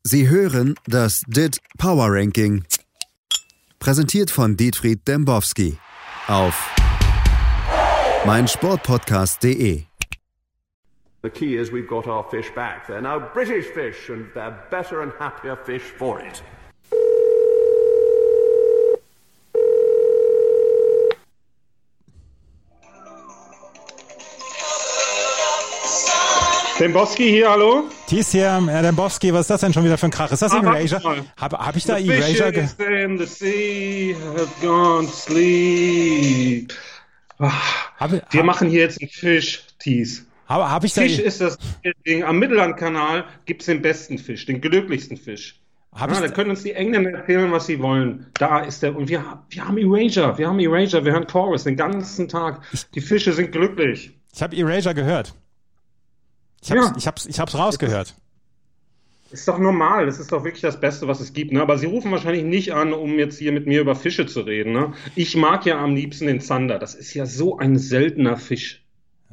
Sie hören das DIT Power Ranking. Präsentiert von Dietfried Dembowski auf meinsportpodcast.de. The key is we've got our fish back. They're now British fish and they're better and happier fish for it. Dembowski hier, hallo? Thies hier, Herr Dembowski, was ist das denn schon wieder für ein Krach? Ist das Erasure? Hab ich da Erasure in the sea have gone to sleep. Wir machen hier jetzt einen Fisch, Thies. Hab ich da Fisch ist das Ding. Am Mittellandkanal gibt es den besten Fisch, den glücklichsten Fisch. Da können uns die Engländer erzählen, was sie wollen. Da ist der. Und wir haben Erasure, wir hören Chorus den ganzen Tag. Die Fische sind glücklich. Ich habe Erasure gehört. Ich hab's rausgehört. Ist doch normal, das ist doch wirklich das Beste, was es gibt. Ne? Aber Sie rufen wahrscheinlich nicht an, um jetzt hier mit mir über Fische zu reden. Ne? Ich mag ja am liebsten den Zander. Das ist ja so ein seltener Fisch.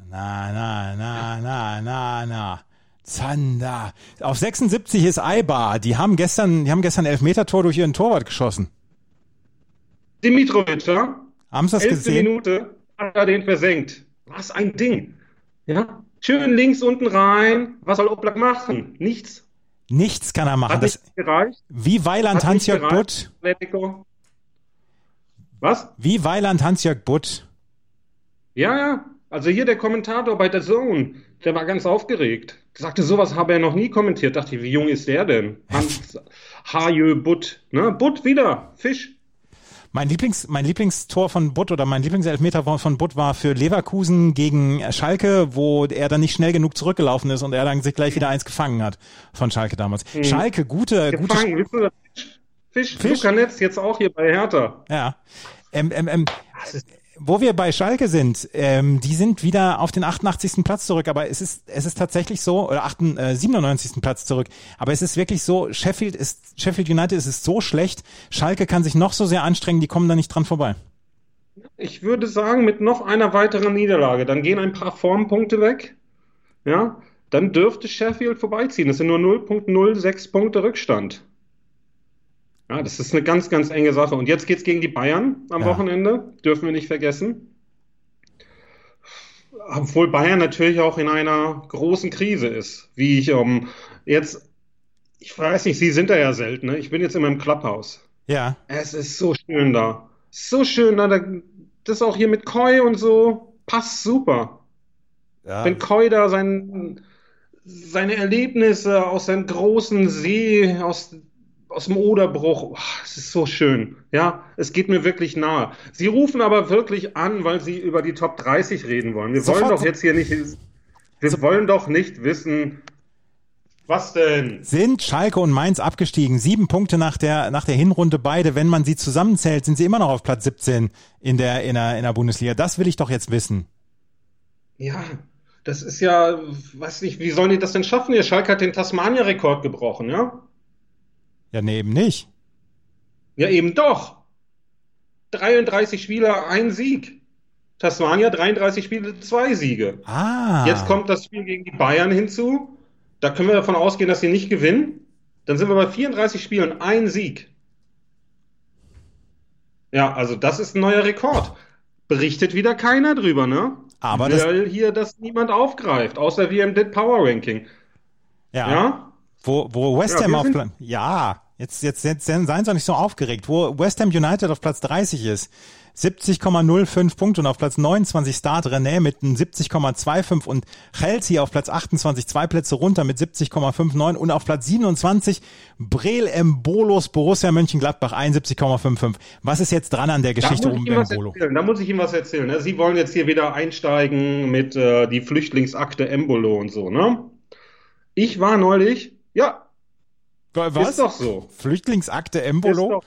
Na. Zander. Auf 76 ist Eibar. Die haben gestern Elfmeter-Tor durch ihren Torwart geschossen. Dimitrovic, ja? Haben Sie das 11. gesehen? Minute hat er den versenkt. Was ein Ding. Ja? Schön links unten rein. Was soll Oblak machen? Nichts. Nichts kann er machen. Hat nicht gereicht? Wie Weiland Hans-Jörg Butt. Was? Wie Weiland Hans-Jörg Butt. Ja. Also hier der Kommentator bei der Zone, der war ganz aufgeregt. Sagte, sowas habe er noch nie kommentiert. Dachte ich, wie jung ist der denn? Hans H.J. Butt. Ne? Butt wieder. Fisch. Mein Lieblingstor von Butt oder mein Lieblingselfmeter von Butt war für Leverkusen gegen Schalke, wo er dann nicht schnell genug zurückgelaufen ist und er dann sich gleich wieder eins gefangen hat von Schalke damals. Schalke, gute. Willst du das? Fisch. Luca Netz jetzt auch hier bei Hertha. Ja. Wo wir bei Schalke sind, die sind wieder auf den 88. Platz zurück, aber es ist tatsächlich so, oder 97. Platz zurück, aber es ist wirklich so, Sheffield United ist so schlecht, Schalke kann sich noch so sehr anstrengen, die kommen da nicht dran vorbei. Ich würde sagen, mit noch einer weiteren Niederlage, dann gehen ein paar Formpunkte weg, ja, dann dürfte Sheffield vorbeiziehen, das sind nur 0,06 Punkte Rückstand. Ja, das ist eine ganz, ganz enge Sache. Und jetzt geht's gegen die Bayern am Wochenende, dürfen wir nicht vergessen. Obwohl Bayern natürlich auch in einer großen Krise ist. Wie ich ich weiß nicht, Sie sind da ja selten, ne? Ich bin jetzt in meinem Clubhaus. Ja. Es ist so schön da. So schön da. Das auch hier mit Koi und so, passt super. Ja. Wenn Koi da seine Erlebnisse aus seinem großen See, aus dem Oderbruch, es ist so schön, ja, es geht mir wirklich nahe. Sie rufen aber wirklich an, weil Sie über die Top 30 reden wollen. Wir wollen doch nicht wissen, was denn? Sind Schalke und Mainz abgestiegen? 7 Punkte nach der Hinrunde beide. Wenn man sie zusammenzählt, sind sie immer noch auf Platz 17 in der Bundesliga. Das will ich doch jetzt wissen. Ja, das ist ja, weiß nicht, wie sollen die das denn schaffen? Der Schalke hat den Tasmania-Rekord gebrochen, ja? Ja, nee, eben nicht. Ja, eben doch. 33 Spiele, ein Sieg. Tasmania 33 Spiele, 2 Siege. Jetzt kommt das Spiel gegen die Bayern hinzu. Da können wir davon ausgehen, dass sie nicht gewinnen. Dann sind wir bei 34 Spielen, ein Sieg. Ja, also das ist ein neuer Rekord. Berichtet wieder keiner drüber, ne? Aber weil hier das niemand aufgreift, außer wir im DIT Power Ranking. Ja? Wo West Ham auf Platz... Ja, jetzt seien Sie doch nicht so aufgeregt. Wo West Ham United auf Platz 30 ist, 70,05 Punkte und auf Platz 29 Stade Rennais mit einem 70,25 und Chelsea auf Platz 28, 2 Plätze runter mit 70,59 und auf Platz 27 Breel Embolos Borussia Mönchengladbach 71,55. Was ist jetzt dran an der Geschichte um Embolo? Da muss ich Ihnen was erzählen. Ne? Sie wollen jetzt hier wieder einsteigen mit die Flüchtlingsakte Embolo und so, ne? Ich war neulich... Ja, was? Ist doch so. Flüchtlingsakte Embolo?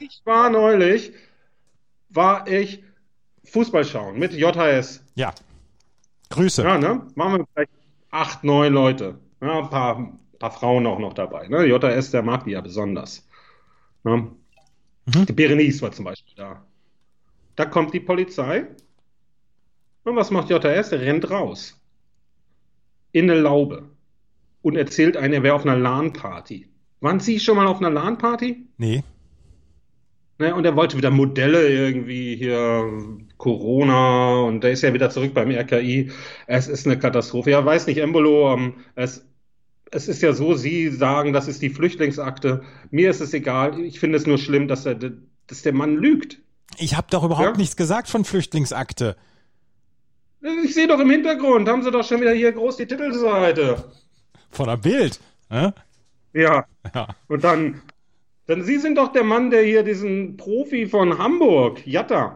War ich Fußball schauen mit JHS. Ja. Grüße. Ja, ne? Machen wir vielleicht 8, 9 Leute. Ja, ein paar Frauen auch noch dabei. Ne? JHS, der mag die ja besonders. Ne? Die Berenice war zum Beispiel da. Da kommt die Polizei. Und was macht JHS? Er rennt raus. In eine Laube. Und erzählt einem, er wäre auf einer LAN-Party. Waren Sie schon mal auf einer LAN-Party? Nee. Ne, und er wollte wieder Modelle irgendwie hier, Corona, und der ist ja wieder zurück beim RKI. Es ist eine Katastrophe. Ja, weiß nicht, Embolo, es ist ja so, Sie sagen, das ist die Flüchtlingsakte. Mir ist es egal. Ich finde es nur schlimm, dass der Mann lügt. Ich habe doch überhaupt nichts gesagt von Flüchtlingsakte. Ich sehe doch im Hintergrund, haben Sie doch schon wieder hier groß die Titelseite. Von der Bild. Ja. Und dann, Sie sind doch der Mann, der hier diesen Profi von Hamburg, Jatta,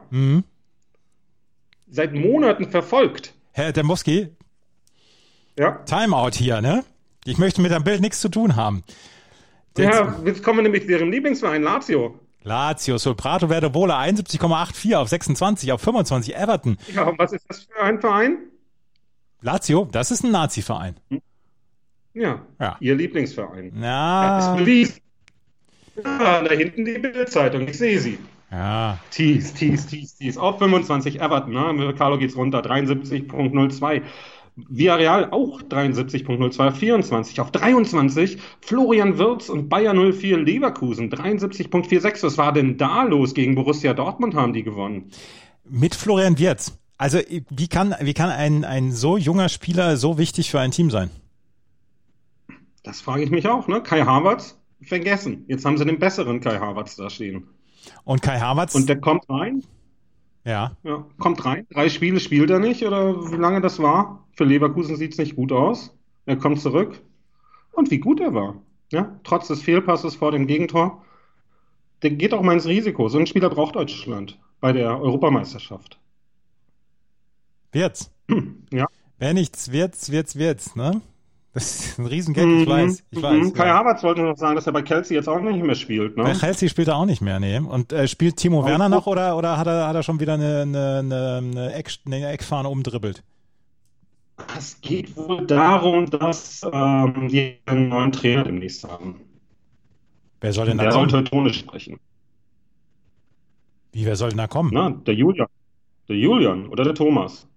seit Monaten verfolgt. Herr Dembowski, Timeout hier, ne? Ich möchte mit dem Bild nichts zu tun haben. Jetzt kommen wir nämlich zu Ihrem Lieblingsverein, Lazio. Lazio, Sul Prato, Verde Vola, 71,84 auf 26, auf 25, Everton. Ja, und was ist das für ein Verein? Lazio, das ist ein Nazi-Verein. Ja, Ihr Lieblingsverein. Ja. Da hinten die Bildzeitung, ich sehe sie. Ja. Tease. Auf 25, Everton, ne? Carlo geht's runter, 73,02. Villarreal auch 73,02, 24. Auf 23 Florian Wirtz und Bayer 04 Leverkusen, 73,46. Was war denn da los? Gegen Borussia Dortmund haben die gewonnen. Mit Florian Wirtz. Also wie kann ein so junger Spieler so wichtig für ein Team sein? Das frage ich mich auch, ne? Kai Havertz, vergessen. Jetzt haben sie den besseren Kai Havertz da stehen. Und Kai Havertz? Und der kommt rein. Ja, kommt rein. 3 Spiele spielt er nicht, oder wie lange das war. Für Leverkusen sieht es nicht gut aus. Er kommt zurück. Und wie gut er war. Ja, trotz des Fehlpasses vor dem Gegentor. Der geht auch mal ins Risiko. So ein Spieler braucht Deutschland bei der Europameisterschaft. Wird's. Ja. Wer nichts wird's, ne? Das ist ein Riesengeld, ich weiß. Kai Havertz wollte noch sagen, dass er bei Chelsea jetzt auch nicht mehr spielt. Ne? Bei Chelsea spielt er auch nicht mehr, nee. Und spielt Timo Werner noch oder hat er schon wieder eine Eckfahne umdribbelt? Es geht wohl darum, dass die einen neuen Trainer demnächst haben. Wer soll denn da kommen? Der soll Teutonisch sprechen. Wie, wer soll denn da kommen? Na, der Julian. Der Julian oder der Thomas.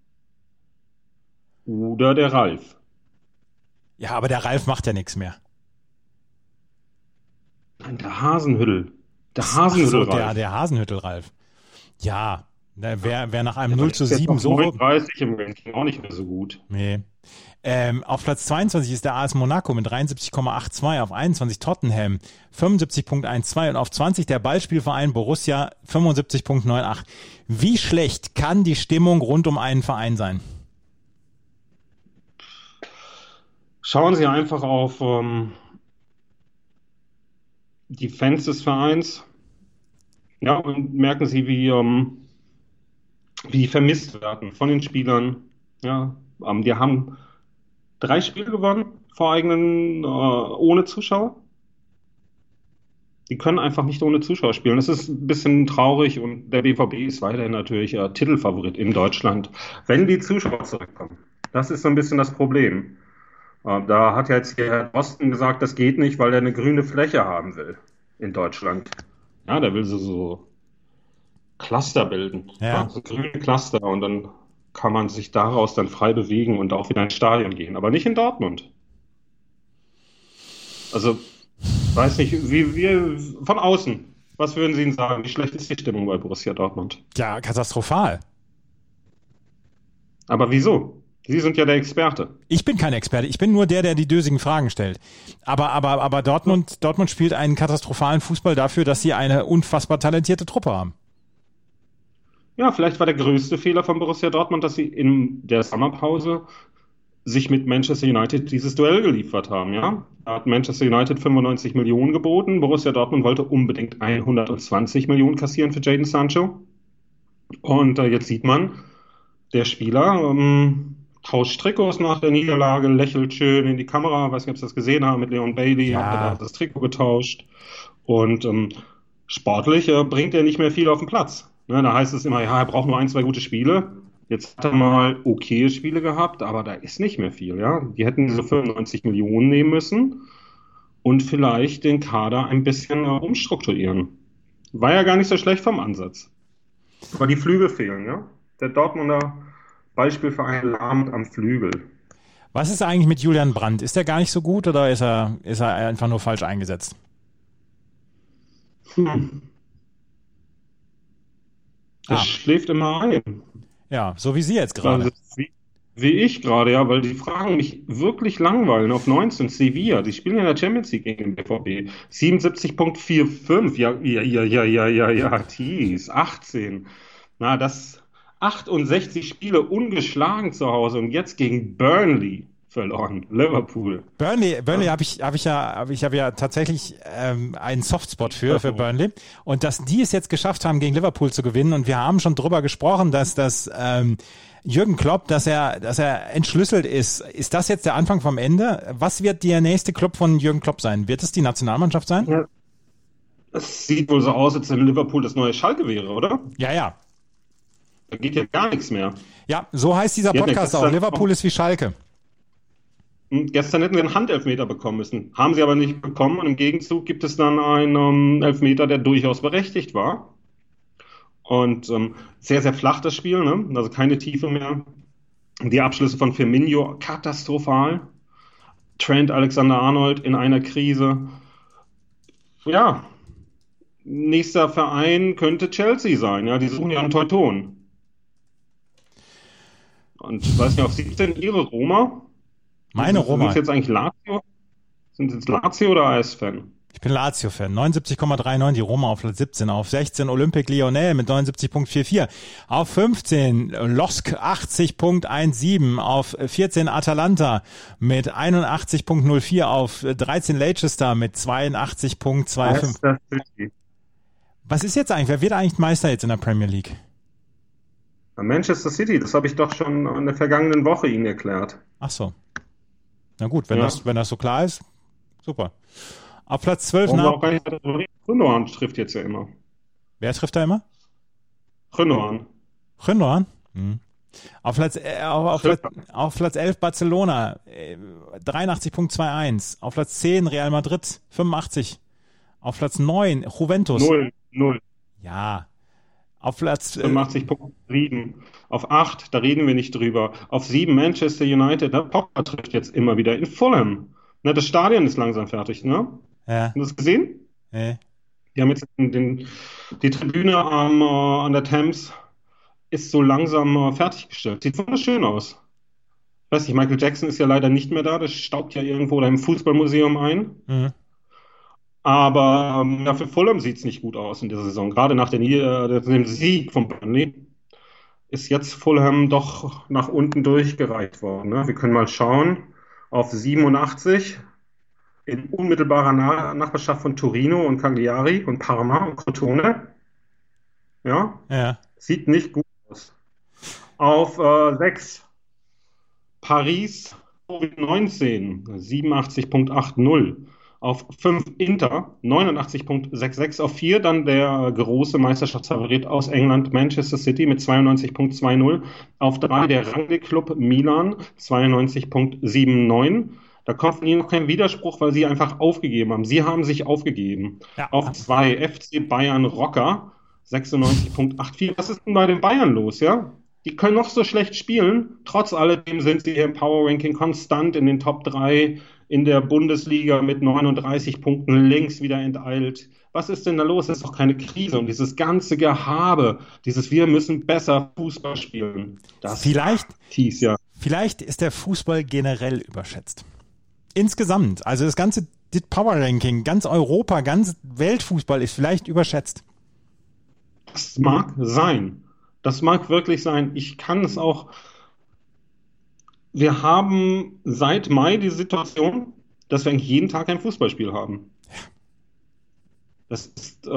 Oder der Ralf. Ja, aber der Ralf macht ja nichts mehr. Nein, der Hasenhüttl. Der Hasenhüttl-Ralf. Der Hasenhüttl-Ralf. Ja, wer nach einem 0:7 so... 39 im Ranking, auch nicht mehr so gut. Nee. Auf Platz 22 ist der AS Monaco mit 73,82, auf 21 Tottenham 75,12 und auf 20 der Ballspielverein Borussia 75,98. Wie schlecht kann die Stimmung rund um einen Verein sein? Schauen Sie einfach auf die Fans des Vereins, ja, und merken Sie, wie vermisst werden von den Spielern. Ja, die haben 3 Spiele gewonnen vor eigenen, ohne Zuschauer. Die können einfach nicht ohne Zuschauer spielen. Das ist ein bisschen traurig und der BVB ist weiterhin natürlich Titelfavorit in Deutschland, wenn die Zuschauer zurückkommen. Das ist so ein bisschen das Problem. Da hat ja jetzt hier Herr Drosten gesagt, das geht nicht, weil er eine grüne Fläche haben will in Deutschland. Ja, der will so Cluster bilden. Ja. So grüne Cluster, und dann kann man sich daraus dann frei bewegen und auch wieder ins Stadion gehen. Aber nicht in Dortmund. Also, weiß nicht, wie von außen, was würden Sie Ihnen sagen? Wie schlecht ist die Stimmung bei Borussia Dortmund? Ja, katastrophal. Aber wieso? Sie sind ja der Experte. Ich bin kein Experte. Ich bin nur der die dösigen Fragen stellt. Aber Dortmund spielt einen katastrophalen Fußball dafür, dass sie eine unfassbar talentierte Truppe haben. Ja, vielleicht war der größte Fehler von Borussia Dortmund, dass sie in der Sommerpause sich mit Manchester United dieses Duell geliefert haben. Ja? Da hat Manchester United 95 Millionen geboten. Borussia Dortmund wollte unbedingt 120 Millionen kassieren für Jadon Sancho. Und jetzt sieht man, der Spieler tauscht Trikots nach der Niederlage, lächelt schön in die Kamera, weiß nicht, ob Sie das gesehen haben, mit Leon Bailey, hat das Trikot getauscht. Und sportlich bringt er nicht mehr viel auf den Platz. Ne, da heißt es immer, ja, er braucht nur 1, 2 gute Spiele. Jetzt hat er mal okaye Spiele gehabt, aber da ist nicht mehr viel. Ja? Die hätten diese 95 Millionen nehmen müssen und vielleicht den Kader ein bisschen umstrukturieren. War ja gar nicht so schlecht vom Ansatz. Aber die Flügel fehlen, ja. Der Dortmunder Beispielverein lahmt am Flügel. Was ist eigentlich mit Julian Brandt? Ist der gar nicht so gut oder ist er einfach nur falsch eingesetzt? Er schläft immer ein. Ja, so wie Sie jetzt gerade. Also, wie ich gerade, ja, weil die Fragen mich wirklich langweilen. Auf 19 Sevilla, die spielen ja in der Champions League gegen den BVB. 77,45, ja, Tees, 18. Na, das 68 Spiele ungeschlagen zu Hause und jetzt gegen Burnley verloren, Liverpool. Burnley habe ich ja tatsächlich einen Softspot für Burnley, und dass die es jetzt geschafft haben, gegen Liverpool zu gewinnen, und wir haben schon drüber gesprochen, dass das Jürgen Klopp, dass er entschlüsselt ist. Ist das jetzt der Anfang vom Ende? Was wird der nächste Club von Jürgen Klopp sein? Wird es die Nationalmannschaft sein? Ja. Es sieht wohl so aus, als wenn Liverpool das neue Schalke wäre, oder? Ja. Da geht ja gar nichts mehr. Ja, so heißt dieser Podcast auch. Liverpool ist wie Schalke. Gestern hätten wir einen Handelfmeter bekommen müssen. Haben sie aber nicht bekommen, und im Gegenzug gibt es dann einen Elfmeter, der durchaus berechtigt war. Und sehr, sehr flach das Spiel, ne? Also keine Tiefe mehr. Die Abschlüsse von Firmino katastrophal. Trent Alexander-Arnold in einer Krise. Ja, nächster Verein könnte Chelsea sein. Ja, die suchen ja einen Teuton. Und ich weiß nicht, auf 17 ihre Roma. Meine Roma. Sind Sie jetzt eigentlich Lazio? Sind Sie jetzt Lazio oder AS-Fan? Ich bin Lazio-Fan. 79,39 die Roma auf Platz 17. Auf 16 Olympique Lyonnais mit 79,44. Auf 15 Losk 80,17. Auf 14 Atalanta mit 81,04. Auf 13 Leicester mit 82,25. Was ist jetzt eigentlich? Wer wird eigentlich Meister jetzt in der Premier League? Manchester City, das habe ich doch schon in der vergangenen Woche Ihnen erklärt. Ach so. Na gut, wenn das so klar ist, super. Auf Platz 12 Gündogan trifft jetzt ja immer. Wer trifft da immer? Gündogan. Auf Platz 11 Barcelona 83,21. Auf Platz 10 Real Madrid 85. Auf Platz 9 Juventus 0. Ja. Auf Platz 85,7. Auf 8, da reden wir nicht drüber. Auf 7 Manchester United. Pogba trifft jetzt immer wieder in Fulham. Na, das Stadion ist langsam fertig, ne? Ja. Hast du das gesehen? Nee. Die haben jetzt die Tribüne an der Thames ist so langsam fertiggestellt. Sieht wunderschön aus. Ich weiß nicht, Michael Jackson ist ja leider nicht mehr da. Das staubt ja irgendwo da im Fußballmuseum ein. Mhm. Aber für Fulham sieht es nicht gut aus in dieser Saison. Gerade nach dem Sieg von Burnley ist jetzt Fulham doch nach unten durchgereicht worden. Ne? Wir können mal schauen. Auf 87 in unmittelbarer Nachbarschaft von Torino und Cagliari und Parma und Crotone. Ja? Sieht nicht gut aus. Auf 6 Paris Covid-19 87,80. Auf 5 Inter 89,66. Auf 4 dann der große Meisterschaftsfavorit aus England Manchester City mit 92,20. Auf 3 der Rangnick-Club Milan 92,79. Da kommt von Ihnen noch kein Widerspruch, weil Sie einfach aufgegeben haben. Sie haben sich aufgegeben. Ja. Auf 2 FC Bayern Rocker 96,84. Was ist denn bei den Bayern los, ja? Die können noch so schlecht spielen. Trotz alledem sind sie hier im Power Ranking konstant in den Top 3 in der Bundesliga mit 39 Punkten längst wieder enteilt. Was ist denn da los? Das ist doch keine Krise. Und dieses ganze Gehabe, wir müssen besser Fußball spielen. Vielleicht ist der Fußball generell überschätzt. Insgesamt. Also das ganze Power Ranking, ganz Europa, ganz Weltfußball ist vielleicht überschätzt. Das mag sein. Das mag wirklich sein. Ich kann es auch. Wir haben seit Mai die Situation, dass wir eigentlich jeden Tag ein Fußballspiel haben. Das ist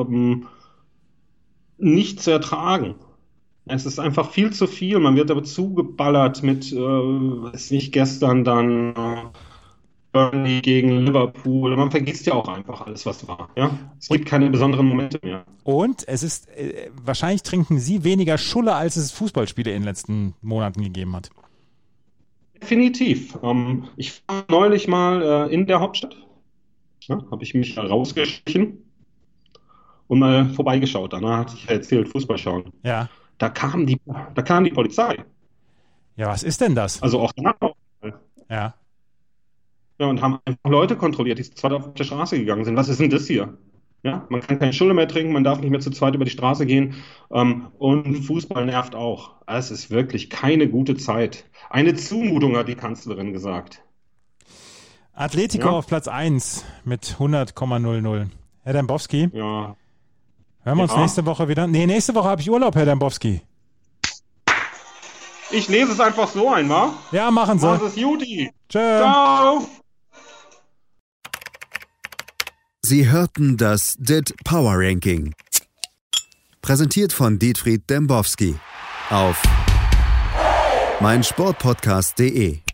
nicht zu ertragen. Es ist einfach viel zu viel. Man wird aber zugeballert mit, weiß nicht, gestern dann Burnley gegen Liverpool. Man vergisst ja auch einfach alles, was war. Ja? Es gibt keine besonderen Momente mehr. Und es ist, wahrscheinlich trinken Sie weniger Schulle, als es Fußballspiele in den letzten Monaten gegeben hat. Definitiv. Ich war neulich mal in der Hauptstadt. Ja, habe ich mich rausgeschlichen und mal vorbeigeschaut. Danach hatte ich erzählt, Fußball schauen. Ja. Da kam die Polizei. Ja, was ist denn das? Also auch danach. Ja. Ja, und haben einfach Leute kontrolliert, die zu zweit auf der Straße gegangen sind. Was ist denn das hier? Ja, man kann keine Schule mehr trinken, man darf nicht mehr zu zweit über die Straße gehen. Und Fußball nervt auch. Es ist wirklich keine gute Zeit. Eine Zumutung, hat die Kanzlerin gesagt. Atletico auf Platz 1 mit 100,00. Herr Dembowski? Ja. Hören wir uns nächste Woche wieder? Nee, nächste Woche habe ich Urlaub, Herr Dembowski. Ich lese es einfach so ein, wa? Ja, machen Sie. Mach es Juti. Tschö. Ciao. Sie hörten das DIT Power Ranking. Präsentiert von Dietfried Dembowski auf meinsportpodcast.de.